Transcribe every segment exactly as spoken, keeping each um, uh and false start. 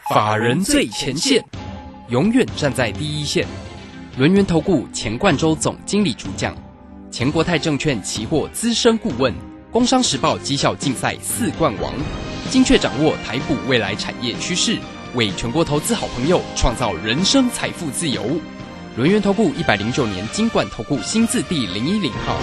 法人最前线，永远站在第一线。轮源投顾钱冠洲总经理主讲，前国泰证券期货资深顾问，工商时报绩效竞赛四冠王，精确掌握台股未来产业趋势，为全国投资好朋友创造人生财富自由。轮源投顾一百零九年金管投顾新字第零一零号。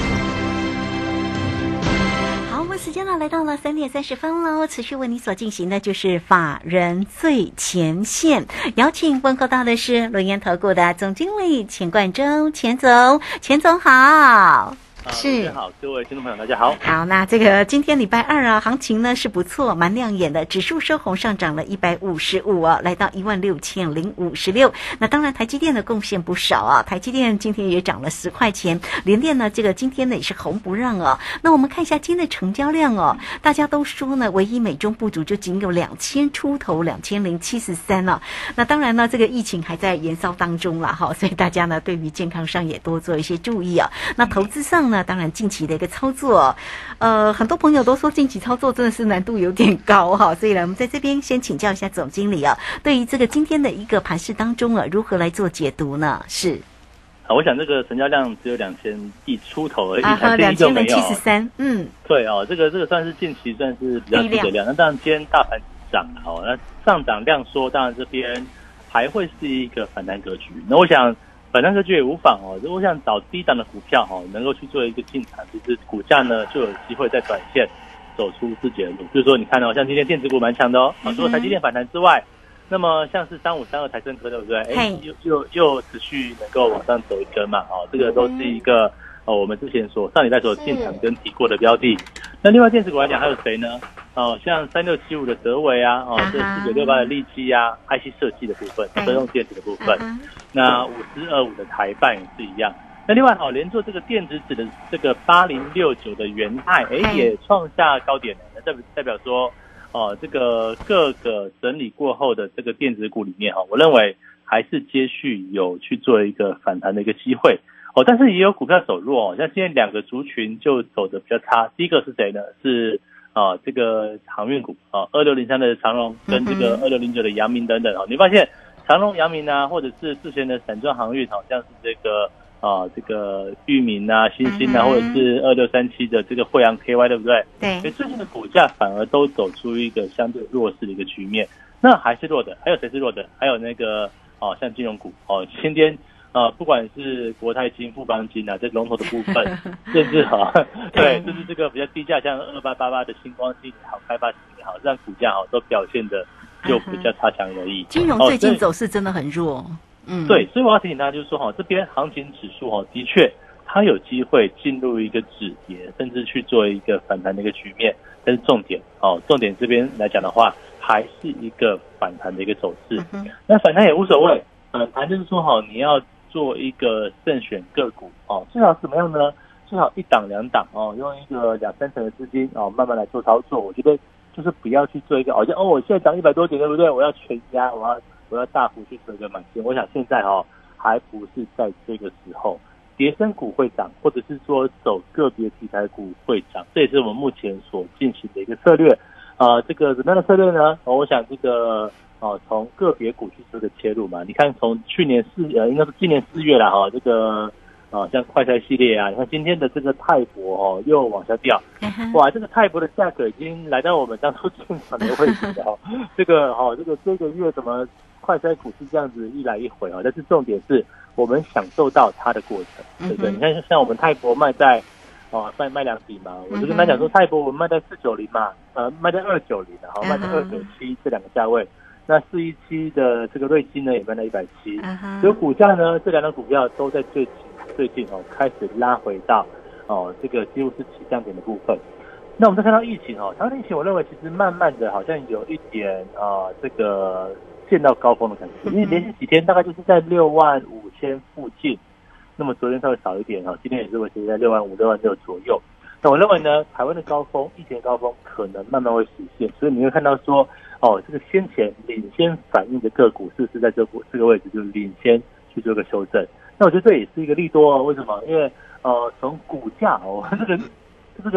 时间呢来到了三点三十分喽，持续为你所进行的就是法人最前线，邀请问候到的是轮源投顾的总经理钱冠洲，钱总，钱总好。 是，大家好，各位听众朋友，大家好。 好，那这个今天礼拜二啊，行情呢是不错，蛮亮眼的，指数收红上涨了一百五十五啊，来到一万六千零五十六。那当然，台积电的贡献不少啊，台积电今天也涨了十块钱，联电呢，这个今天呢也是红不让啊。那我们看一下今天的成交量哦，大家都说呢，唯一美中不足就仅有两千出头，两千零七十三了。那当然呢，这个疫情还在延烧当中啦，哈，所以大家呢对于健康上也多做一些注意啊。那投资上呢？那当然，近期的一个操作，呃，很多朋友都说近期操作真的是难度有点高哈，所以呢，我们在这边先请教一下总经理啊，对于这个今天的一个盘势当中啊，如何来做解读呢？是， 啊，我想这个成交量只有两千亿出头而已， 啊，两千零七十三，嗯， 对哦，这个这个算是近期算是比较低的量。那当然，今天大盘涨哦，那上涨量缩，当然这边还会是一个反弹格局。那我想。反弹格局也无妨哦，如果想找低档的股票哦，能够去做一个进场，其实股价呢就有机会在短线走出自己的路。就是说，你看到、哦、像今天电子股蛮强的哦，除了台积电反弹之外，那么像是三五三二台升科，对不对？哎，又又又持续能够往上走一根嘛，哦，这个都是一个哦我们之前所上礼拜所进场跟提过的标的。那另外电子股来讲，还有谁呢？哦，像三六七五的德微啊，哦，这四九六八的利基啊 ，I C 设计的部分，车用电子的部分，那五四二五的台办也是一样。那另外，哦，连做这个电子纸的这个八零六九的元泰，哎，也创下高点了。那代表代表说，哦，这个各个整理过后的这个电子股里面，哈，我认为还是接续有去做一个反弹的一个机会。哦，但是也有股票走弱哦，像现在两个族群就走的比较差。第一个是谁呢？是啊，这个航运股啊，二六零三的长荣跟这个二六零九的阳明等等啊，你发现长荣、阳明啊，或者是之前的散装航运，好像是这个啊，这个裕民啊、新兴啊，或者是二六三七的这个惠阳 K Y， 对不对？对。所以最近的股价反而都走出一个相对弱势的一个局面。那还是弱的，还有谁是弱的？还有那个哦、啊，像金融股哦，今天。啊，不管是国泰金、富邦金啊，这龙头的部分，甚至哈、啊，对，就是这个比较低价，像二八八八的星光金也好，开发金也好，让股价哈都表现的就比较差强而已。 金融最近走势真的很弱，嗯， 对，所以我要提醒大家，就是说哈，这边行情指数哈，的确它有机会进入一个止跌，甚至去做一个反弹的一个局面。但是重点哦，重点这边来讲的话，还是一个反弹的一个走势。嗯、那反弹也无所谓，反弹就是说哈，你要做一个慎选个股哦，最好怎么样呢？最好一档两档哦，用一个两三成的资金哦，慢慢来做操作。我觉得就是不要去做一个好像哦，我现在涨一百多点，对不对？我要全压，我要我要大幅去做一个买进。我想现在哦，还不是在这个时候，跌升股会涨，或者是说走个别题材股会涨，这也是我们目前所进行的一个策略。呃，这个怎么样的策略呢？哦、我想这个。哦，从个别股去做个切入嘛，你看从去年四呃，应该是今年四月啦哈、哦，这个啊像快筛系列啊，你看今天的这个泰博哦又往下掉，哇，这个泰博的价格已经来到我们当初进场的位置了哦，这个哦这个这个月怎么快筛股是这样子一来一回哦，但是重点是我们享受到它的过程，对不对？你看像我们泰博卖在哦卖卖两笔嘛，我就跟他讲说泰博我们卖在四九零嘛，呃卖在二九零，好卖在二九七这两个价位。那四一七的这个瑞金呢也卖到一百七十，所以股价呢这两张股票都在最近最近哦开始拉回到哦这个几乎是起降点的部分。那我们再看到疫情哦，台湾疫情我认为其实慢慢的好像有一点啊、呃、这个见到高峰的感觉，因为连续几天大概就是在六万五千附近，那么昨天稍微少一点哦，今天也是维持在六万五、六万六左右。那我认为呢，台湾的高峰，疫情的高峰可能慢慢会实现，所以你会看到说，哦，这个先前领先反应的个股，是不是在这个这个位置就是领先去做一个修正？那我觉得这也是一个利多哦。为什么？因为呃，从股价哦，这个这个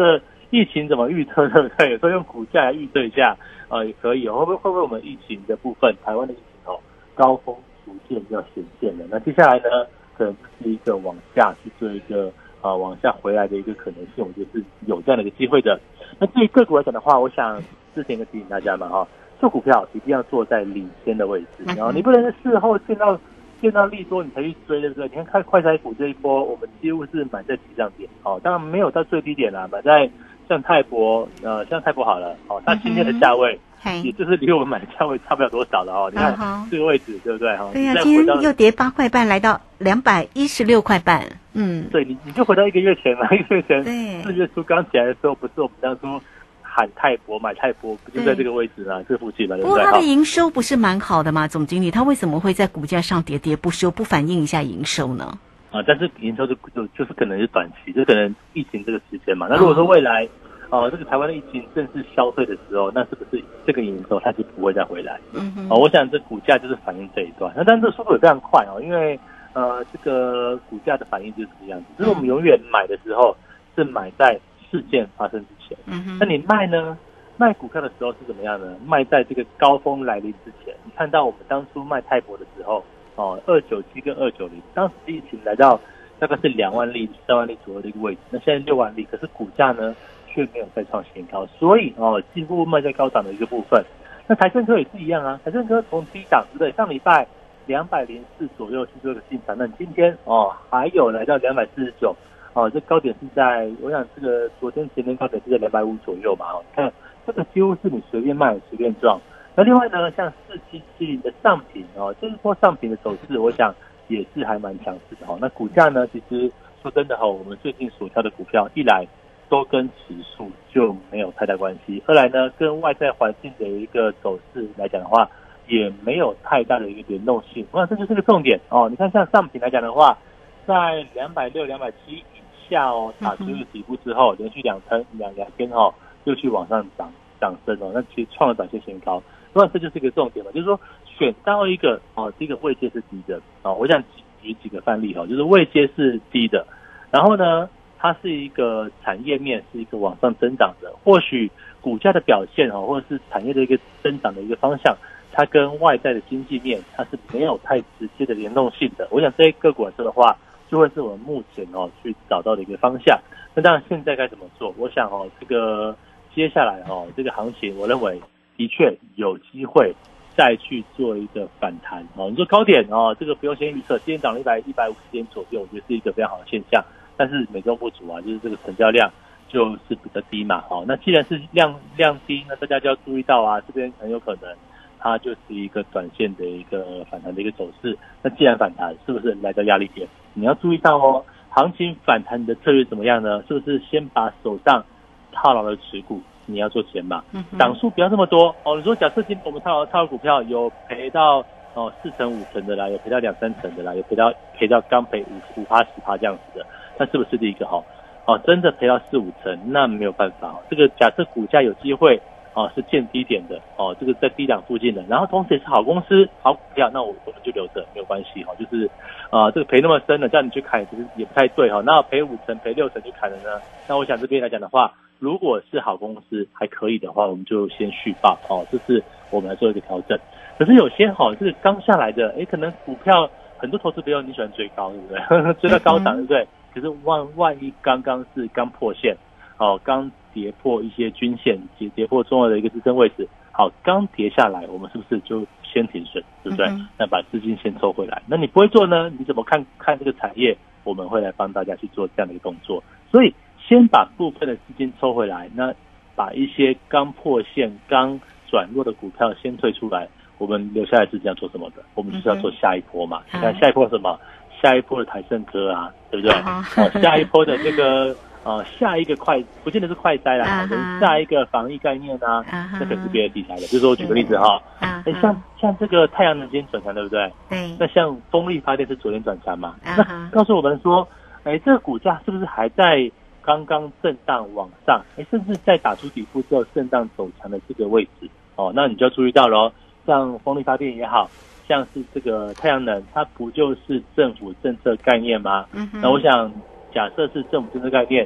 疫情怎么预测，对不对？有时候用股价来预测一下，呃，也可以哦。会不会会不会我们疫情的部分，台湾的疫情哦，高峰逐渐要显现了？那接下来呢，可能是一个往下去做一个呃往下回来的一个可能性，我觉得是有这样的一个机会的。那对于个股来讲的话，我想之前就提醒大家嘛，哈、哦，做股票一定要坐在领先的位置，然后你不能事后见到。见到利多你才去追，对不对？你看看快筛股这一波，我们几乎是买在起涨点，哦，当然没有到最低点啦，买在像泰博，呃，像泰博好了，哦，它今天的价位，嗯、也就是离我们买的价位差不了多少了哦。你看、uh huh. 这个位置，对不对？哈， 对呀、啊，今天又跌八块半，来到两百一十六块半，嗯， 对你你就回到一个月前了，一个月前， 对， 四月初刚起来的时候，不是我们当初喊泰博买泰博，不就在这个位置吗？这附近嘛，对不对？ 不过它的营收不是蛮好的吗？总经理，他为什么会在股价上跌跌不休，不反映一下营收呢？ 啊，但是营收就就就是可能是短期，就可能疫情这个时间嘛。那如果说未来，哦、呃，这个台湾的疫情正式消退的时候，那是不是这个营收它就不会再回来？嗯哼。哦，我想这股价就是反映这一段。那但是这个速度也非常快哦，因为呃，这个股价的反应就是这样子。就是我们永远买的时候是买在事件发生之前。嗯哼。那你卖呢？卖股票的时候是怎么样呢？卖在这个高峰来临之前。你看到我们当初卖泰博的时候，哦，二九七跟二九零，当时疫情来到大概是两万例、三万例左右的一个位置。那现在六万例，可是股价呢却没有再创新高，所以哦，几乎卖在高档的一个部分。那台盛科也是一样啊，台盛科从低档，对不对？上礼拜两百零四左右去做个进场，那今天哦还有来到两百四十九，哦，这高点是在，我想这个昨天前天高点是在两百五左右嘛，哦，看。这个几乎是你随便卖随便赚。那另外呢，像四七七零的上品哦，这一波上品的走势，我想也是还蛮强势的哈、哦。那股价呢，其实说真的哈、哦，我们最近所挑的股票，一来都跟指数就没有太大关系，二来呢，跟外在环境的一个走势来讲的话，也没有太大的一个联动性。我想这就是个重点哦。你看像上品来讲的话，在两百六、两百七以下哦，打出一个底部之后，连续两天两两天哈、哦。又去往上涨涨升哦，那其实创了短线新高，那这就是一个重点嘛，就是说选到一个哦，第一个位阶是低的哦，我想举几个范例哈、哦，就是位阶是低的，然后呢，它是一个产业面是一个往上增长的，或许股价的表现哦，或者是产业的一个增长的一个方向，它跟外在的经济面它是没有太直接的联动性的。我想这些个股来说的话，就会是我们目前哦去找到的一个方向。那当然现在该怎么做？我想哦，这个。接下来哦，这个行情我认为的确有机会再去做一个反弹哦。你说高点哦，这个不用先预测，今天涨了一百一百五十点左右，我觉得是一个非常好的现象。但是美中不足啊，就是这个成交量就是比较低嘛。哦，那既然是量量低，那大家就要注意到啊，这边很有可能它就是一个短线的一个反弹的一个走势。那既然反弹，是不是来到压力点？你要注意到哦，行情反弹的策略怎么样呢？是不是先把手上套牢的持股你要做减码，档数不要这么多哦。你说假设今天我们套牢套牢股票有赔到哦四成五成的啦，有赔到两三成的啦，有赔到赔到刚赔五五趴十趴这样子的，那是不是第一个哈？哦，真的赔到四五成，那没有办法哦。这个假设股价有机会哦是见低点的哦，这个在低档附近的，然后同时也是好公司好股票，那我我们就留着没有关系哈。就是啊、呃、这个赔那么深的，叫你去砍，其实也不太对哈。那赔五成赔六成去砍了呢？那我想这边来讲的话。如果是好公司还可以的话，我们就先续报哦，这是我们来做一个调整。可是有些好、哦，这个刚下来的，诶，可能股票很多投资朋友你喜欢追高，对不对？追到高档，对不对？可是万万一刚刚是刚破线，哦，刚跌破一些均线，跌跌破重要的一个支撑位置，好，刚跌下来，我们是不是就先停损，对不对？嗯、那把资金先抽回来。那你不会做呢？你怎么看看这个产业？我们会来帮大家去做这样的一个动作，所以。先把部分的资金抽回来，那把一些刚破线、刚转弱的股票先退出来，我们留下来资金要做什么的？我们就是要做下一波嘛。你看、嗯、下一波什么？下一波的台盛科啊，对不对？哦，下一波的这个呃，下一个快，不见得是快灾啦，可能下一个防疫概念啊，那可是别的题材的。就是说，我举个例子哈，哎，像像这个太阳能今天转强，对不对？对。那像风力发电是昨天转强嘛？那告诉我们说，哎，这个股价是不是还在？刚刚震荡往上，哎，甚至在打出底部之后震荡走强的这个位置，哦，那你就要注意到了，像风力发电也好，像是这个太阳能，它不就是政府政策概念吗？嗯、那我想，假设是政府政策概念，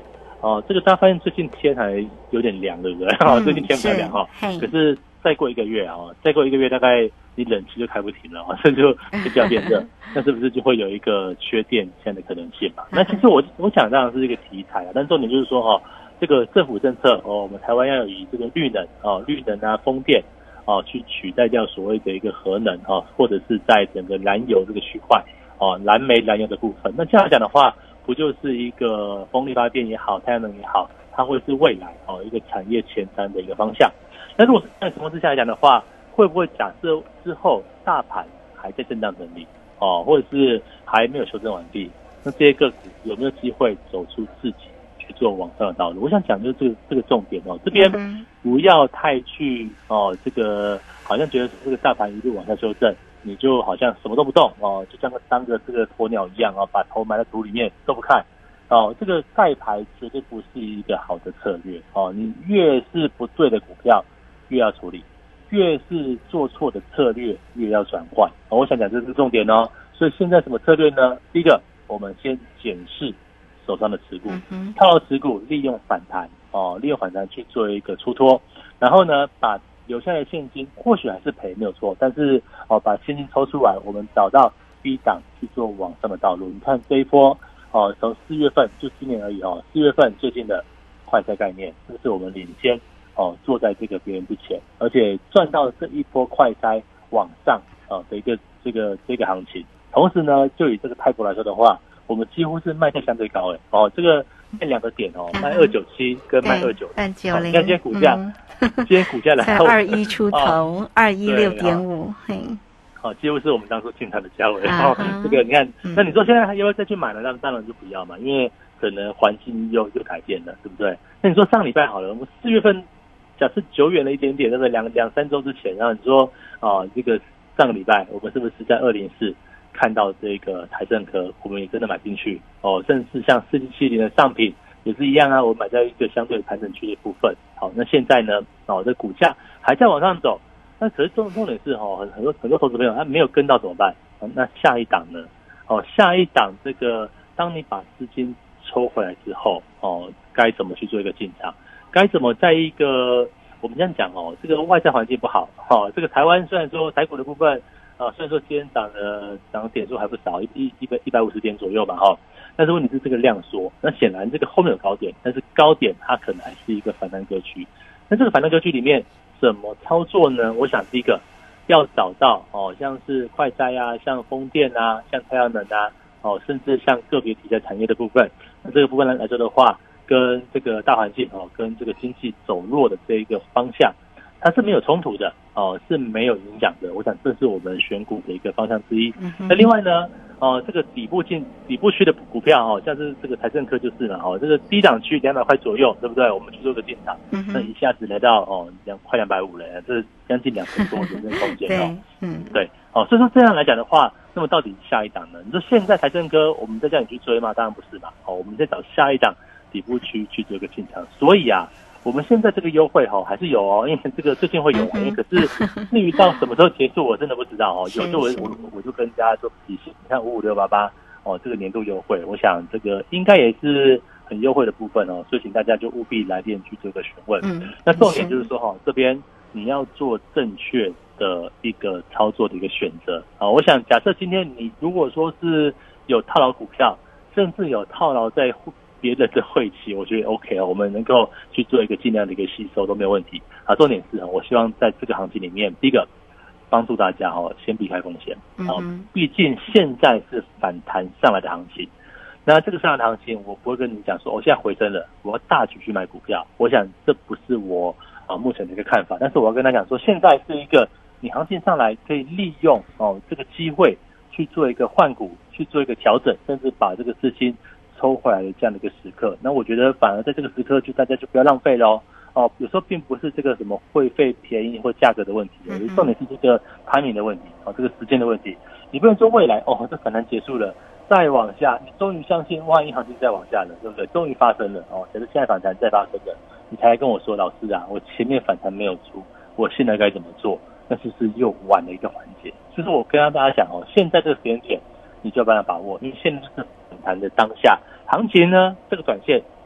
哦，这个大家发现最近天还有点凉，对不对？哦、嗯，最近天比较凉哈。可是再过一个月啊、哦，再过一个月大概你冷气就开不停了啊，甚至就比较变热，那是不是就会有一个缺电现在的可能性嘛？那其实我我讲当然是一个题材啊，但重点就是说哈、哦，这个政府政策哦，我们台湾要以这个绿能哦，绿能啊，风电哦，去取代掉所谓的一个核能哦，或者是在整个燃油这个区块哦，燃煤、燃油的部分。那这样讲的话，不就是一个风力发电也好，太阳能也好，它会是未来哦一个产业前瞻的一个方向。那如果是这样的情况之下来讲的话，会不会假设之后大盘还在震荡整理哦，或者是还没有修正完毕，那这些个股有没有机会走出自己去做往上的道路？我想讲就是这个这个重点哦，这边不要太去哦，这个好像觉得这个大盘一路往下修正，你就好像什么都不动哦，就像个当个这个鸵鸟一样哦，把头埋在土里面都不看哦，这个盖牌绝对不是一个好的策略哦，你越是不对的股票越要处理。越是做错的策略，越要转换。哦、我想讲这是重点哦。所以现在什么策略呢？第一个，我们先检视手上的持股，嗯、套牢持股，利用反弹哦，利用反弹去做一个出脱，然后呢，把留下来的现金，或许还是赔没有错，但是哦，把现金抽出来，我们找到低档去做往上的道路。你看这一波哦，从四月份就今年而已哦，四月份最近的快筛概念，这是我们领先。哦，坐在这个别人之前，而且赚到这一波快筛往上啊的一个这个这个行情。同时呢，就以这个泰国来说的话，我们几乎是卖在相对高诶。哦，这个那两个点哦，卖二九七跟卖二九， 二九零。 你看今天股价，嗯、今天股价来到二一出头，二一六点五，嘿。 哦，几乎是我们当初进场的价位。然后、啊、这个你看，嗯、那你说现在还要不要再去买呢？那当然就不要嘛，因为可能环境又又改变了，对不对？那你说上礼拜好了，我们四月份。假设久远了一点点，那个两两三周之前，然后你说啊，这个上个礼拜我们是不是在二零四看到这个台盛科，我们也真的买进去哦，甚至像四七七零的上品也是一样啊，我买在一个相对盘整区的部分。好，那现在呢，哦，这股价还在往上走，那可是重重点是哦，很很多很多投资朋友他没有跟到怎么办？哦、那下一档呢？哦，下一档这个当你把资金抽回来之后，哦，该怎么去做一个进场？该怎么在一个我们这样讲哦，这个外在环境不好哦，这个台湾虽然说台股的部分啊、呃，虽然说今天涨的涨点数还不少，一一一百一百五十点左右吧哈、哦，但是问题是这个量缩，那显然这个后面有高点，但是高点它可能还是一个反弹格局。那这个反弹格局里面怎么操作呢？我想第一个要找到哦，像是快筛啊，像风电啊，像太阳能啊，哦，甚至像个别题材产业的部分，那这个部分来来说的话。跟这个大环境哦，跟这个经济走弱的这一个方向，它是没有冲突的哦，是没有影响的。我想这是我们选股的一个方向之一。嗯、那另外呢，哦，这个底部进底部区的股票哦，像是这个台盛科就是了哦，这个低档区两百块左右，对不对？我们去做个进场，嗯、那一下子来到哦两快两百五了，这是将近两成多的这个空间哦。嗯，对，哦，所以说这样来讲的话，那么到底下一档呢？你说现在台盛科我们在叫你去追吗？当然不是嘛。哦，我们在找下一档。底部区去做一个进场，所以啊，我们现在这个优惠哈、哦、还是有哦，因为这个最近会有，因为可是至于到什么时候结束，我真的不知道哦。有就我我我就跟大家做提醒，你看五五六八八哦，这个年度优惠，我想这个应该也是很优惠的部分哦，所以请大家就务必来电去做一个询问。嗯，那重点就是说哈、哦，这边你要做正确的一个操作的一个选择啊、哦。我想假设今天你如果说是有套牢股票，甚至有套牢在别人的晦气，我觉得 OK 啊，我们能够去做一个尽量的一个吸收都没有问题啊。重点是我希望在这个行情里面，第一个帮助大家哦，先避开风险啊。毕竟现在是反弹上来的行情，那这个上来的行情，我不会跟你讲说，我、哦、现在回升了，我要大举去买股票。我想这不是我啊目前的一个看法，但是我要跟他讲说，现在是一个你行情上来可以利用哦这个机会去做一个换股，去做一个调整，甚至把这个资金抽回来的这样的一个时刻，那我觉得反而在这个时刻，就大家就不要浪费咯哦。有时候并不是这个什么会费便宜或价格的问题，有时候重点是这个 timing 的问题哦，这个时间的问题。你不能说未来哦，这反弹结束了，再往下，你终于相信万一行情再往下了，对不对？终于发生了哦，可是现在反弹再发生了，你才来跟我说，老师啊，我前面反弹没有出，我现在该怎么做？那是不是又晚了一个环节？就是我跟大家讲哦，现在这个时间点，你就要帮他把握，因为现在是反弹的当下。行情呢，这个短线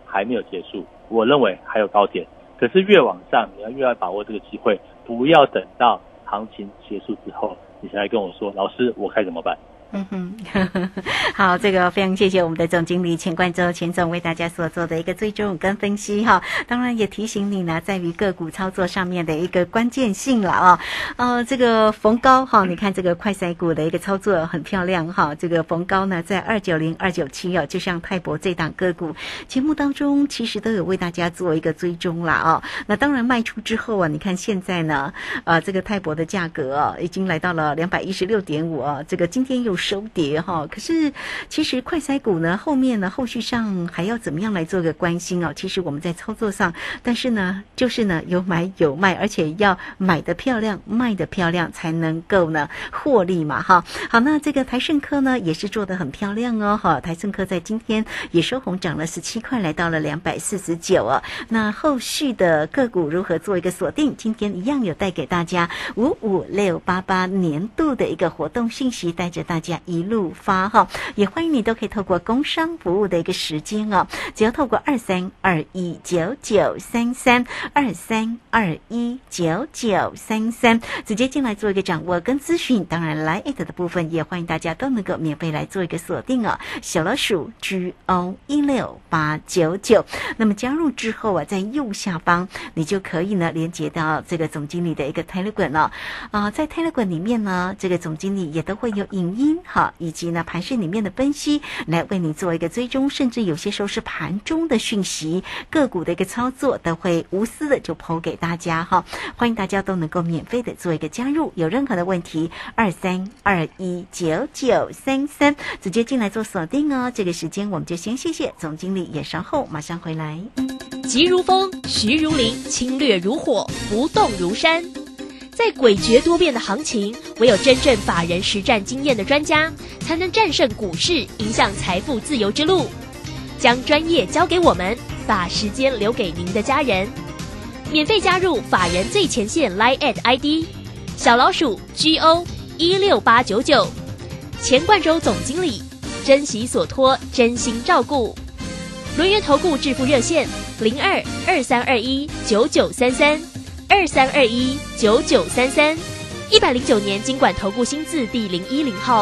还没有结束，我认为还有高点。可是越往上，你要越要把握这个机会，不要等到行情结束之后，你才来跟我说，老师，我该怎么办？ 嗯哼，好，这个非常谢谢我们的总经理钱冠洲钱总为大家所做的一个追踪跟分析哈，当然也提醒你呢，在于个股操作上面的一个关键性了啊，呃，这个逢高哈，你看这个快筛股的一个操作很漂亮哈，这个逢高呢在二九零二九七哦，就像泰博这档个股，节目当中其实都有为大家做一个追踪啦哦，那当然卖出之后啊，你看现在呢，呃，这个泰博的价格哦，已经来到了两百一十六点五啊，这个今天又收跌哈，可是其实快筛股呢，后面呢，后续上还要怎么样来做个关心哦？其实我们在操作上，但是呢，就是呢有买有卖，而且要买得漂亮，卖得漂亮，才能够呢获利嘛哈。好，那这个台盛科呢也是做得很漂亮哦哈，台盛科在今天也收红，涨了十七块，来到了两百四十九哦。那后续的个股如何做一个锁定？今天一样有带给大家五五六八八年度的一个活动信息，带着大家一路发哈，也欢迎你都可以透过工商服务的一个时间哦，只要透过二三二一九九三三二三二一九九三三直接进来做一个掌握跟咨询。当然来 at 的部分也欢迎大家都能够免费来做一个锁定哦，小老鼠 G O 一六八九九。那么加入之后啊，在右下方你就可以呢连接到这个总经理的一个 Telegram 哦，啊、呃，在 Telegram 里面呢，这个总经理也都会有影音好，以及呢盘市里面的分析来为你做一个追踪，甚至有些时候是盘中的讯息，个股的一个操作都会无私的就抛给大家哈，欢迎大家都能够免费的做一个加入，有任何的问题二三二一九九三三直接进来做锁定哦。这个时间我们就先谢谢总经理，也稍后马上回来。 急如风，徐如林，侵略如火，不动如山。在诡谲多变的行情，唯有真正法人实战经验的专家，才能战胜股市，迎向财富自由之路。将专业交给我们，把时间留给您的家人。免费加入法人最前线 Line at I D 小老鼠 G O 一六八九九，钱冠洲总经理，珍惜所托，真心照顾。轮源投顾致富热线零二二三二一九九三三。二三二一九九三三，一百零九年金管投顾新字第零一零号。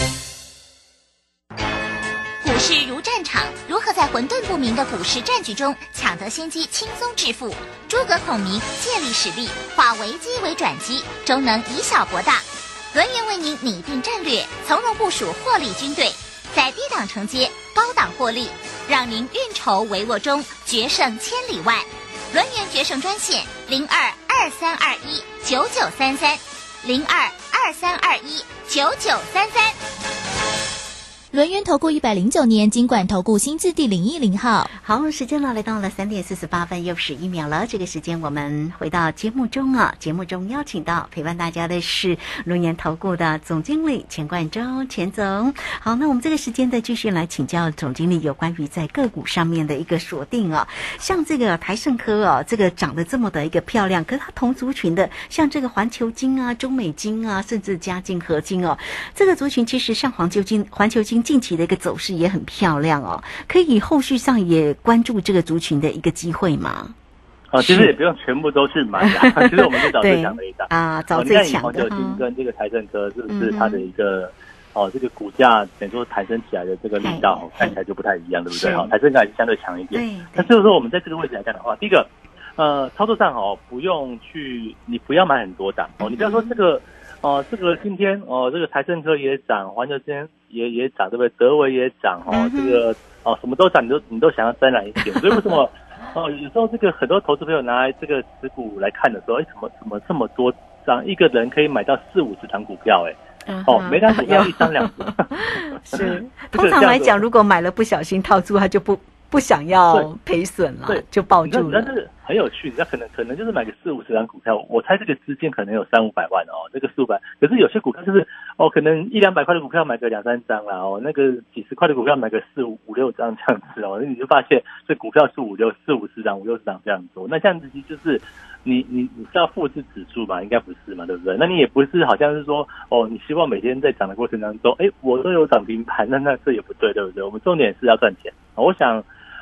股市如战场，如何在混沌不明的股市战局中抢得先机，轻松致富？诸葛孔明借力使力，化危机为转机，终能以小博大。轮源为您拟定战略，从容部署获利军队，在低档承接，高档获利，让您运筹帷幄中决胜千里外。轮源决胜专线零二二三二一九九三三零二二三二一九九三三。 轮源投顾一百零九年金管投顾新字第零一零号。 好，时间呢来到了三点四十八分又十一秒了。这个时间我们回到节目中啊，节目中邀请到陪伴大家的是轮源投顾的总经理钱冠洲钱总。好，那我们这个时间的继续来请教总经理有关于在个股上面的一个锁定啊，像这个台盛科啊，这个长得这么的一个漂亮，可是它同族群的像这个环球金啊、中美金啊，甚至嘉金、合金哦，这个族群其实像环球金、环球金。近期的一个走势也很漂亮哦，可以后续上也关注这个族群的一个机会吗？ 啊，其实也不用全部都去买啊，其实我们是找最强的一档啊，找最强的。 你看以环球金跟这个台盛科是不是它的一个、嗯、哦，这个股价等于说抬升起来的这个力道看起来就不太一样，对不对？哈，台盛科还是相对强一点。对。那就是说我们在这个位置来看的话，第一个呃，操作上哦，不用去，你不要买很多档哦，你不要说这个。哦，这个今天哦，这个台盛科也涨，环球金也也涨，对不对？德微也涨哦，嗯、这个哦什么都涨，你都你都想要沾染一点。所以为什么哦？有时候这个很多投资朋友拿来这个持股来看的时候，哎，怎么怎么这么多张？一个人可以买到四五十张股票，哎，嗯、哦，每张股票一张两张。 是，通常来讲，如果买了不小心套住，他就不。不想要赔损了，就抱住了。 但是很有趣，那可能可能就是买个四五十张股票，我猜这个资金可能有三五百万哦，这个四五百。可是有些股票就是哦，可能一两百块的股票买个两三张啦，哦，那个几十块的股票买个四五五六张这样子哦，那你就发现这股票是五六四五十张五六十张这样做，那这样子其实就是你你你是要复制指数嘛？应该不是嘛，对不对？那你也不是好像是说哦，你希望每天在涨的过程当中，哎，我都有涨停盘，那那这也不对，对不对？我们重点是要赚钱。我想。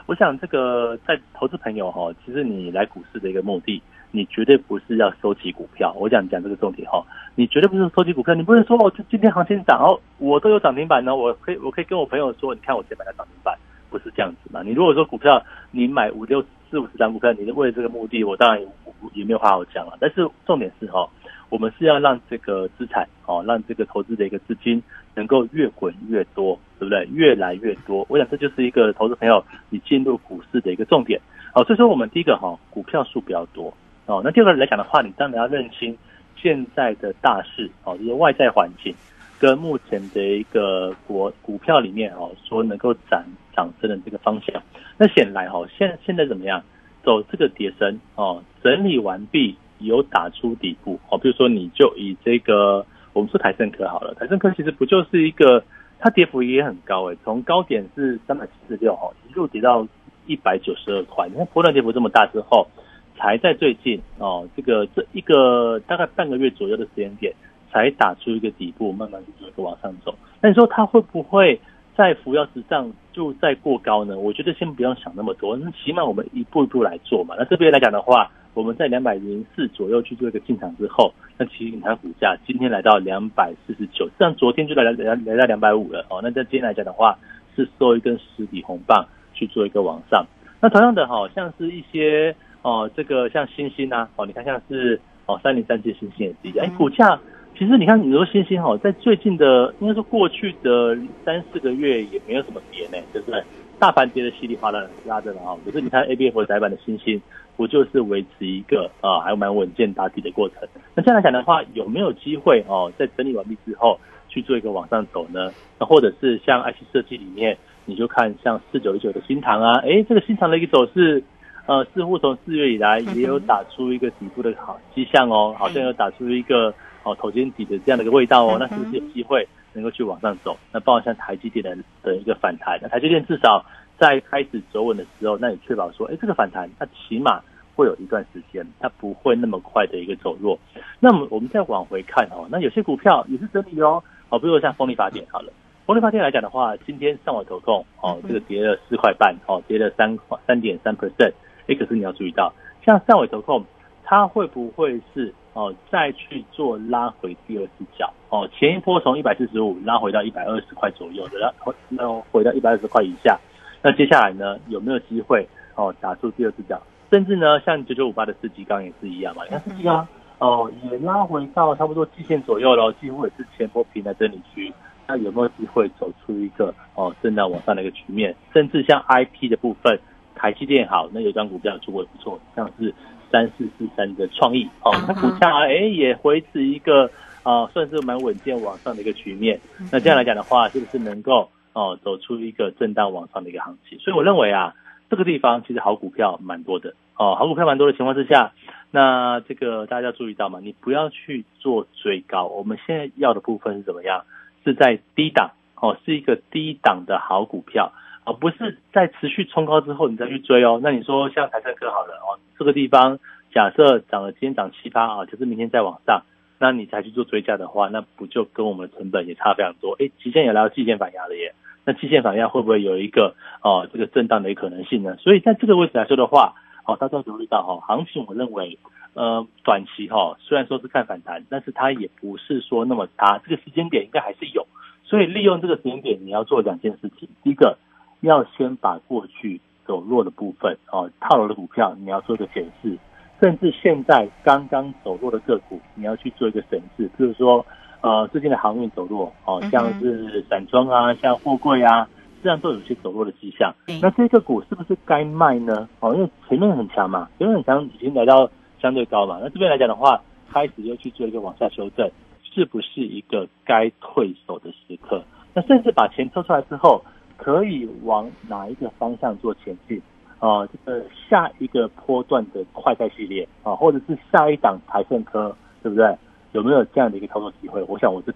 我想这个在投资朋友哈，其实你来股市的一个目的，你绝对不是要收集股票。我想讲这个重点哈，你绝对不是收集股票，你不能说哦，就今天行情涨哦，我都有涨停板呢，我可以我可以跟我朋友说，你看我今天买到涨停板，不是这样子嘛？你如果说股票你买五六四五十张股票，你为了这个目的，我当然也没有话好讲了。但是重点是哈，我们是要让这个资产哦，让这个投资的一个资金能够越滚越多，对不对？越来越多，我想这就是一个投资朋友你进入股市的一个重点哦。所以说我们第一个哈，股票数比较多哦。那第二个来讲的话，你当然要认清现在的大势哦，就是外在环境跟目前的一个国股票里面哦，说能够涨涨升的这个方向。那显然哈，现现在怎么样？走这个跌升哦，整理完毕，有打出底部哦。比如说你就以这个。我们说台盛科好了，台盛科其实不就是一个，它跌幅也很高诶，从高点是三百七十六哈，一路跌到一百九十二块。你看波段跌幅这么大之后，才在最近哦，这个这一个大概半个月左右的时间点，才打出一个底部，慢慢去做一个往上走。那你说它会不会在扶摇直上就再过高呢？我觉得先不用想那么多，起码我们一步一步来做嘛。那这边来讲的话，我们在两百零四左右去做一个进场之后，那其实你看股价今天来到两百四十九，这样昨天就来来来来到两百五了哦。那在今天来讲的话，是收一根实体红棒去做一个往上。那同样的哈，像是一些哦，这个像星星啊，哦，你看像是哦三零三七星星也是一样，哎，股价其实你看你说星星哦，在最近的应该说过去的三四个月也没有什么跌呢，对不对？大盘跌的稀里哗啦拉着了哈，可是你看 A B F 窄板的星星，不就是维持一个啊还蛮稳健打底的过程？那这样来讲的话，有没有机会哦，在整理完毕之后去做一个往上走呢？那或者是像 I C 设计里面，你就看像四九一九的新唐啊，诶，这个新唐的一个走势，呃，似乎从四月以来也有打出一个底部的好迹象哦，好像有打出一个哦头肩底的这样的一个味道哦，那是不是有机会能够去往上走？那包括像台积电的的一个反弹，那台积电至少在开始走稳的时候，那你确保说，哎，这个反弹它起码会有一段时间，它不会那么快的一个走弱。那么我们再往回看哦，那有些股票也是整理哦，哦，比如说像风力发电好了，风力发电来讲的话，今天上尾投控哦，这个跌了四块半哦，跌了三三点三 percent， 哎，可是你要注意到，像上尾投控，它会不会是哦再去做拉回第二只脚哦？前一波从一百四十五拉回到一百二十块左右的，然后然后回到一百二十块以下。那接下来呢，有没有机会哦打出第二只脚？甚至呢，像九九五八的世纪钢也是一样嘛，你看世纪钢哦也拉回到差不多季线左右了，几乎也是前波平的整理区。那有没有机会走出一个哦震荡往上的一个局面？甚至像 I P 的部分，台积电好，那有张股票出过也不错，像是三四四三的创意哦，它股价哎也维持一个啊、呃、算是蛮稳健往上的一个局面。那这样来讲的话，是不是能够哦走出一个震荡往上的一个行情？所以我认为啊，这个地方其实好股票蛮多的哦，好股票蛮多的情况之下，那这个大家要注意到嘛，你不要去做追高。我们现在要的部分是怎么样？是在低档哦，是一个低档的好股票。哦，不是在持续冲高之后你再去追哦。那你说像台盛科好了哦，这个地方假设涨了，今天涨七趴啊，就是明天再往上，那你才去做追加的话，那不就跟我们的成本也差非常多？哎，期限也来到季线反压了耶。那季线反压会不会有一个哦这个震荡的一个可能性呢？所以在这个位置来说的话，哦大家要留意到哈、哦，行情我认为呃短期哈、哦、虽然说是看反弹，但是它也不是说那么差，这个时间点应该还是有。所以利用这个时间点，你要做两件事情，第一个。要先把过去走弱的部分哦，套牢的股票你要做一个检视，甚至现在刚刚走弱的个股，你要去做一个审视。比如说，呃，最近的航运走弱哦，像是散装啊，像货柜啊，这样都有些走弱的迹象。那这个股是不是该卖呢？哦，因为前面很强嘛，前面很强已经来到相对高嘛，那这边来讲的话，开始又去做一个往下修正，是不是一个该退守的时刻？那甚至把钱抽出来之后。可以往哪一个方向做前进啊、呃？这个下一个波段的快贷系列啊，或者是下一档台盛科，对不对？有没有这样的一个操作机会？我想我这边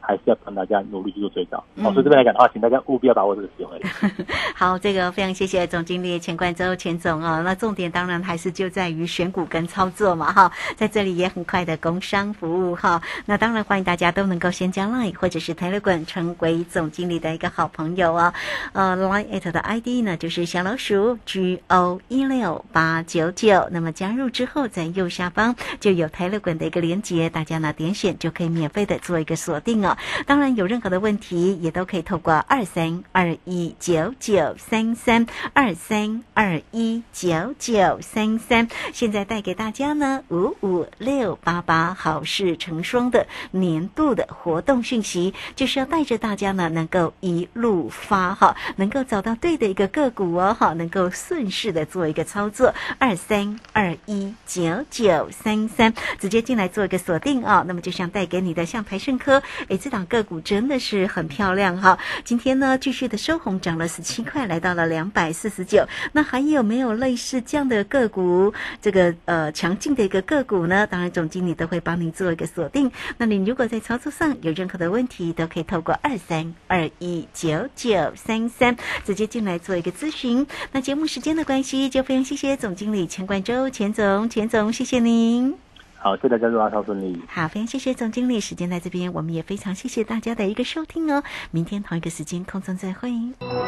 还是要帮大家努力去做追找。 嗯好、哦，所以这边来讲的话，请大家务必要把握这个机会。 好，这个非常谢谢总经理钱冠周钱总哦。那重点当然还是就在于选股跟操作嘛哈，在这里也很快的工商服务哈。那当然欢迎大家都能够先加 Line 或者是 Telegram 成为总经理的一个好朋友啊。呃 ，Line 的 I D 呢就是小老鼠 G O 一六八九九，那么加入之后在右下方就有 Telegram 的一个连结，大家呢点选就可以免费的做一个锁定哦。当然有任何的问题也都可以透过二三二一九九三三二三二一九九三三，现在带给大家呢五五六八八好事成双的年度的活动讯息，就是要带着大家呢能够一路发哈，能够找到对的一个个股哦哈，能够顺势的做一个操作。二三二一九九三三，直接进来做一个锁定啊、哦。那么就像带给你的像台盛科，诶，这档个股真的是很漂亮哈。今天呢继续的收红，涨了十七块，来到了两百四十九。那还有没有类似这样的个股？这个呃强劲的一个个股呢？当然总经理都会帮您做一个锁定。那你如果在操作上有任何的问题，都可以透过二三二一九九三三直接进来做一个咨询。那节目时间的关系，就非常谢谢总经理钱冠周钱总，钱总谢谢您。 好，谢谢大家，祝大家顺利。 好，非常谢谢总经理，时间在这边，我们也非常谢谢大家的一个收听哦。明天同一个时间空中再会。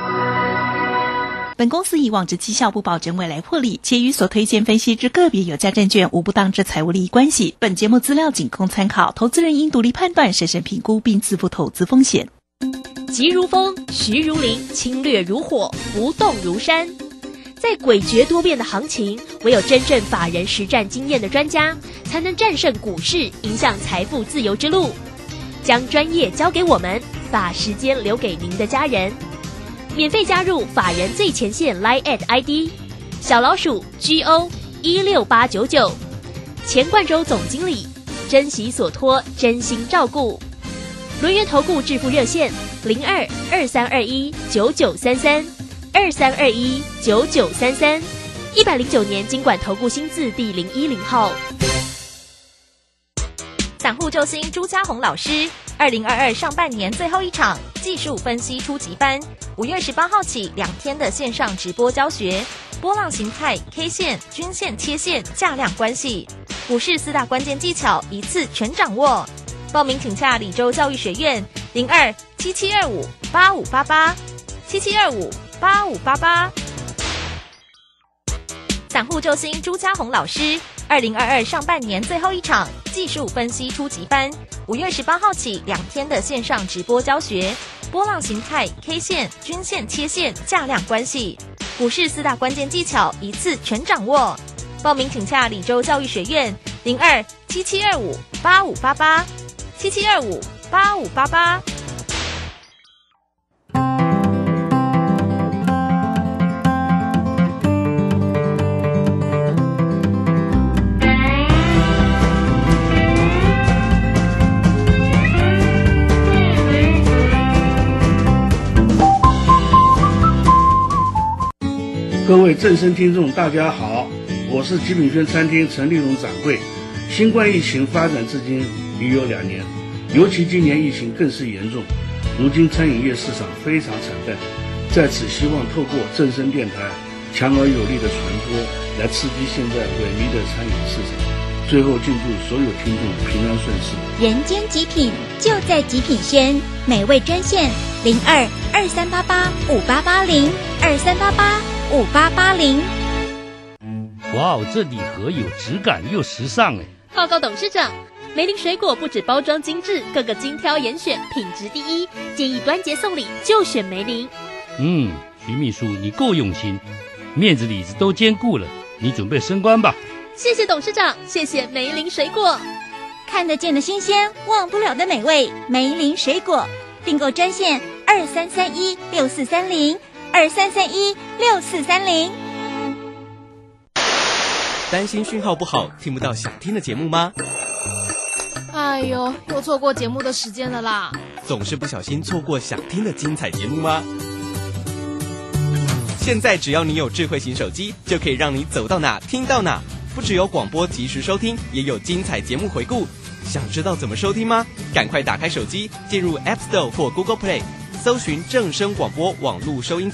本公司以往之绩效不保证未来获利，且与所推荐分析之个别有价证券无不当之财务利益关系。本节目资料仅供参考，投资人应独立判断、审慎评估并自负投资风险。 急如风，徐如林，侵略如火，不动如山。在诡谲多变的行情，唯有真正法人实战经验的专家，才能战胜股市，迎向财富自由之路。将专业交给我们，把时间留给您的家人。免费加入法人最前线 Line at I D 小老鼠 G O 一六八九九，钱冠周总经理，珍惜所托，真心照顾。轮源投顾致富热线零二二三二一九九三三二三二一九九三三，一百零九年金管投顾新字第零一零号。 散户救星朱家红老师，二零二二上半年最后一场技术分析初级班，五月十八号起两天的线上直播教学，波浪形态、K 线、均线、切线、价量关系，股市四大关键技巧一次全掌握。报名请洽李州教育学院零二七七二五八五八八七七二五八五八八。散户救星朱家红老师，二零二二上半年最后一场技术分析初级班，五月十八号起两天的线上直播教学，波浪形态、K 线、均线、切线、价量关系，股市四大关键技巧一次全掌握。报名请洽李州教育学院零二七七二五八五八八七七二五八五八八。 各位正声听众大家好，我是极品轩餐厅陈立荣掌柜。新冠疫情发展至今已有两年，尤其今年疫情更是严重，如今餐饮业市场非常惨淡，在此希望透过正声电台强而有力的传播，来刺激现在萎靡的餐饮市场。最后敬祝所有听众平安顺遂。 人间极品就在极品轩，美味专线零二二三八八五八八零二三八八五八八零。 哇哦，这礼盒有质感又时尚哎！ 报告董事长，梅林水果不止包装精致，各个精挑严选，品质第一，建议端节送礼就选梅林。 嗯，徐秘书你够用心，面子里子都兼顾了，你准备升官吧。 谢谢董事长，谢谢梅林水果。 看得见的新鲜，忘不了的美味，梅林水果。订购专线二三三一六四三零二三三一六四三零。 担心讯号不好，听不到想听的节目吗？ 哎呦，又错过节目的时间了啦！ 总是不小心错过想听的精彩节目吗？现在只要你有智慧型手机，就可以让你走到哪听到哪。不只有广播及时收听，也有精彩节目回顾。 想知道怎么收听吗？赶快打开手机，进入 App Store 或 Google Play，搜寻正声广播网络收音机。